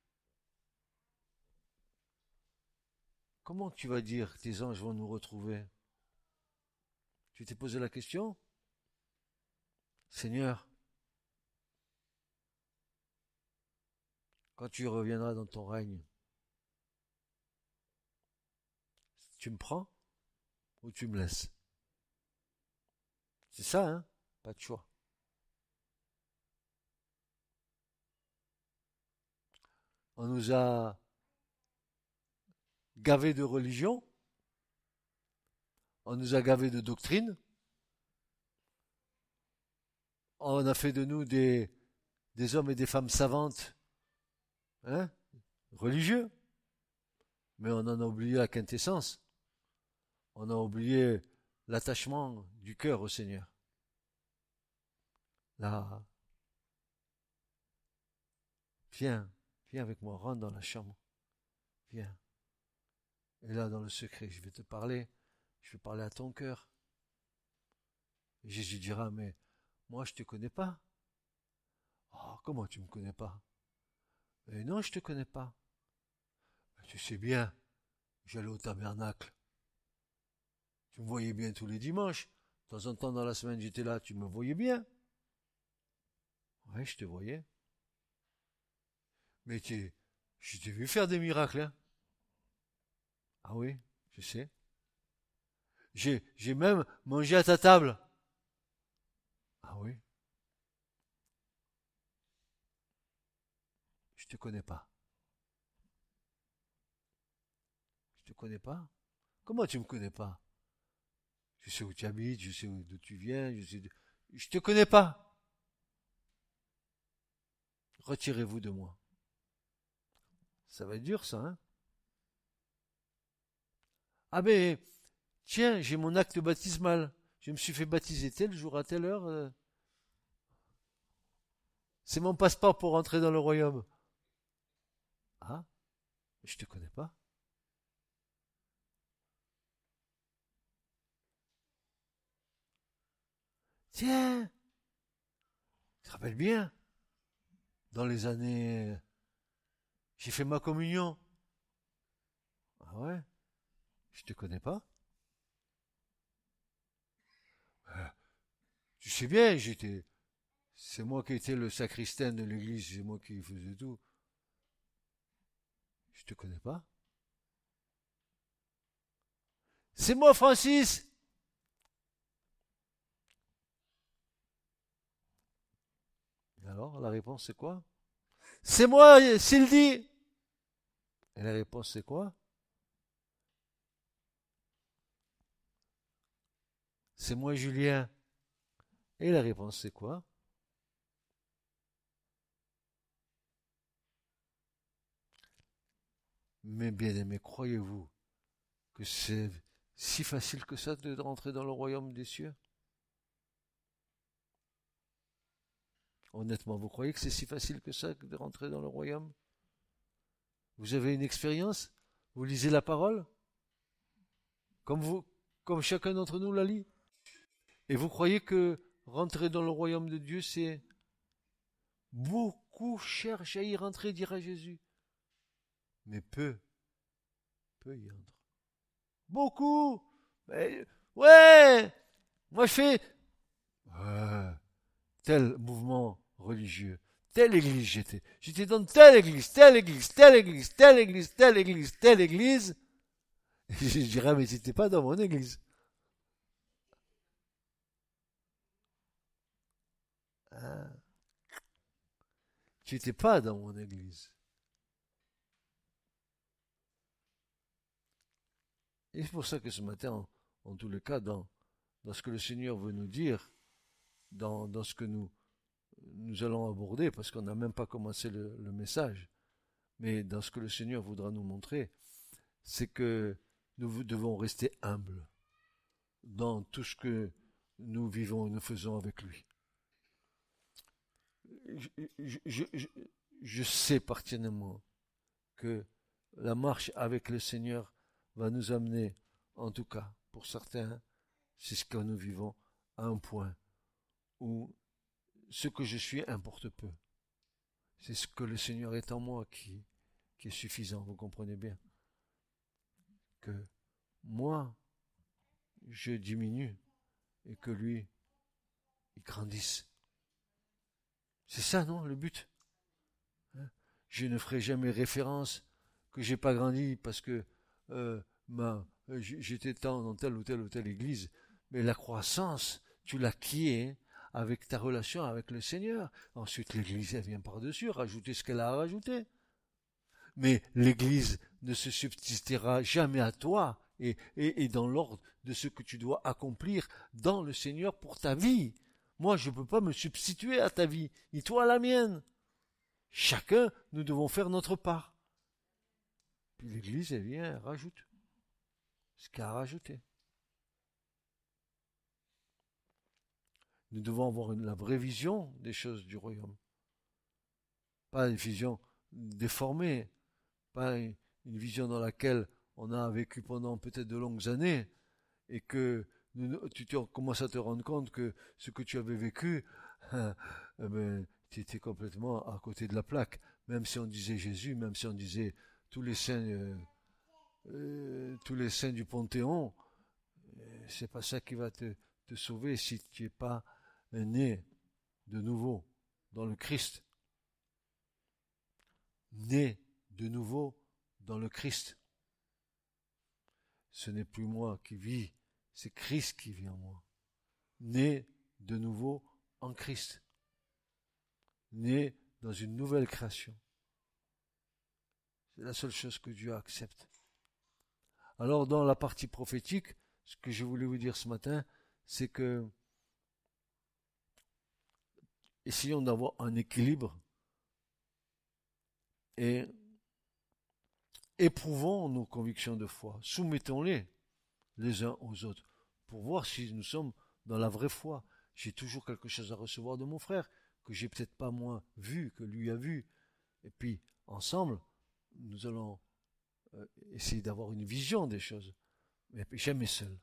Comment tu vas dire tes anges vont nous retrouver? Tu t'es posé la question? Seigneur, quand tu reviendras dans ton règne, tu me prends ou tu me laisses? C'est ça, hein? Pas de choix. On nous a gavés de religion, on nous a gavés de doctrine, on a fait de nous des hommes et des femmes savantes, hein, religieux, mais on en a oublié la quintessence. On a oublié l'attachement du cœur au Seigneur. Là, viens avec moi, rentre dans la chambre, viens. Et là, dans le secret, je vais te parler, je vais parler à ton cœur. Et Jésus dira, mais moi, je te connais pas. Oh, comment tu me connais pas? Et non, je te connais pas. Tu sais bien, j'allais au tabernacle. Tu me voyais bien tous les dimanches. De temps en temps dans la semaine, j'étais là, tu me voyais bien. Ouais, je te voyais. Mais je t'ai vu faire des miracles, hein. Ah oui, je sais. J'ai même mangé à ta table. Ah oui, je te connais pas. Je te connais pas? Comment tu me connais pas? Je sais où tu habites, je sais d'où tu viens, je te connais pas. Retirez-vous de moi. Ça va être dur, ça, hein? Ah ben, tiens, j'ai mon acte baptismal. Je me suis fait baptiser tel jour à telle heure. C'est mon passeport pour rentrer dans le royaume. Ah, je te connais pas. Tiens, tu te rappelles bien, dans les années, j'ai fait ma communion. Ah ouais, je te connais pas. Tu sais bien, c'est moi qui étais le sacristain de l'église, c'est moi qui faisais tout. Je te connais pas. C'est moi, Francis. Et alors, la réponse c'est quoi? C'est moi, Sylvie. Et la réponse c'est quoi? C'est moi, Julien. Et la réponse c'est quoi? Mais bien aimé, croyez-vous que c'est si facile que ça de rentrer dans le royaume des cieux? Honnêtement, vous croyez que c'est si facile que ça de rentrer dans le royaume? Vous avez une expérience? Vous lisez la parole? Comme chacun d'entre nous la lit? Et vous croyez que rentrer dans le royaume de Dieu, c'est beaucoup cherchent à y rentrer, dira Jésus. Mais peu y entrent. Beaucoup! Mais, ouais! Moi je fais tel mouvement religieux, telle église j'étais. J'étais dans telle église, telle église, telle église, telle église, telle église, telle église. Et je dirais, mais t'étais pas dans mon église. Hein? Tu n'étais pas dans mon église. Et c'est pour ça que ce matin, en tous les cas, dans ce que le Seigneur veut nous dire, dans ce que nous allons aborder, parce qu'on n'a même pas commencé le message, mais dans ce que le Seigneur voudra nous montrer, c'est que nous devons rester humbles dans tout ce que nous vivons et nous faisons avec lui. Je sais pertinemment que la marche avec le Seigneur va nous amener, en tout cas, pour certains, c'est ce que nous vivons, à un point où ce que je suis importe peu. C'est ce que le Seigneur est en moi qui est suffisant, vous comprenez bien. Que moi, je diminue et que lui, il grandisse. C'est ça, non, le but? Je ne ferai jamais référence que j'ai pas grandi parce que j'étais dans telle ou telle église. Mais la croissance, tu l'acquiers avec ta relation avec le Seigneur. Ensuite, l'église, elle vient par-dessus, rajouter ce qu'elle a à rajouter. Mais l'église ne se substituera jamais à toi et dans l'ordre de ce que tu dois accomplir dans le Seigneur pour ta vie. Moi, je ne peux pas me substituer à ta vie, ni toi à la mienne. Chacun, nous devons faire notre part. Puis l'église, elle vient, elle rajoute ce qu'elle a rajouté. Nous devons avoir la vraie vision des choses du royaume. Pas une vision déformée, pas une vision dans laquelle on a vécu pendant peut-être de longues années et que tu commences à te rendre compte que ce que tu avais vécu, tu étais complètement à côté de la plaque. Même si on disait Jésus, même si on disait tous les saints du Panthéon, c'est pas ça qui va te sauver si tu n'es pas né de nouveau dans le Christ. Né de nouveau dans le Christ. Ce n'est plus moi qui vis, c'est Christ qui vit en moi. Né de nouveau en Christ. Né dans une nouvelle création. C'est la seule chose que Dieu accepte. Alors dans la partie prophétique, ce que je voulais vous dire ce matin, c'est que essayons d'avoir un équilibre et éprouvons nos convictions de foi, soumettons-les les uns aux autres pour voir si nous sommes dans la vraie foi. J'ai toujours quelque chose à recevoir de mon frère que j'ai peut-être pas moins vu que lui a vu. Et puis ensemble, nous allons essayer d'avoir une vision des choses, mais jamais seul.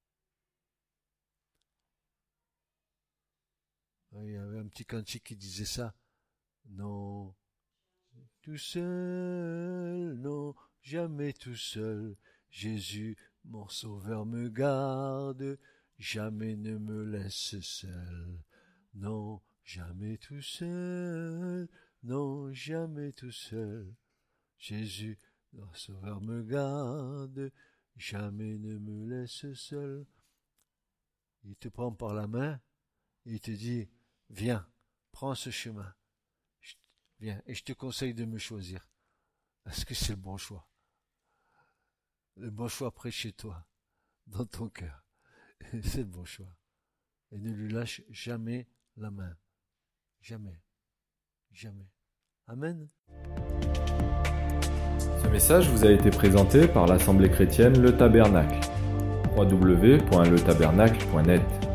Il y avait un petit cantique qui disait ça. Non, tout seul, non, jamais tout seul. Jésus, mon sauveur, me garde, jamais ne me laisse seul. Non, jamais tout seul, non, jamais tout seul. Jésus, mon sauveur, me garde, jamais ne me laisse seul. Il te prend par la main, il te dit, viens, prends ce chemin. Viens, et je te conseille de me choisir. Parce que c'est le bon choix. Le bon choix près de chez toi, dans ton cœur. C'est le bon choix. Et ne lui lâche jamais la main. Jamais. Jamais. Amen. Ce message vous a été présenté par l'Assemblée chrétienne Le Tabernacle. www.letabernacle.net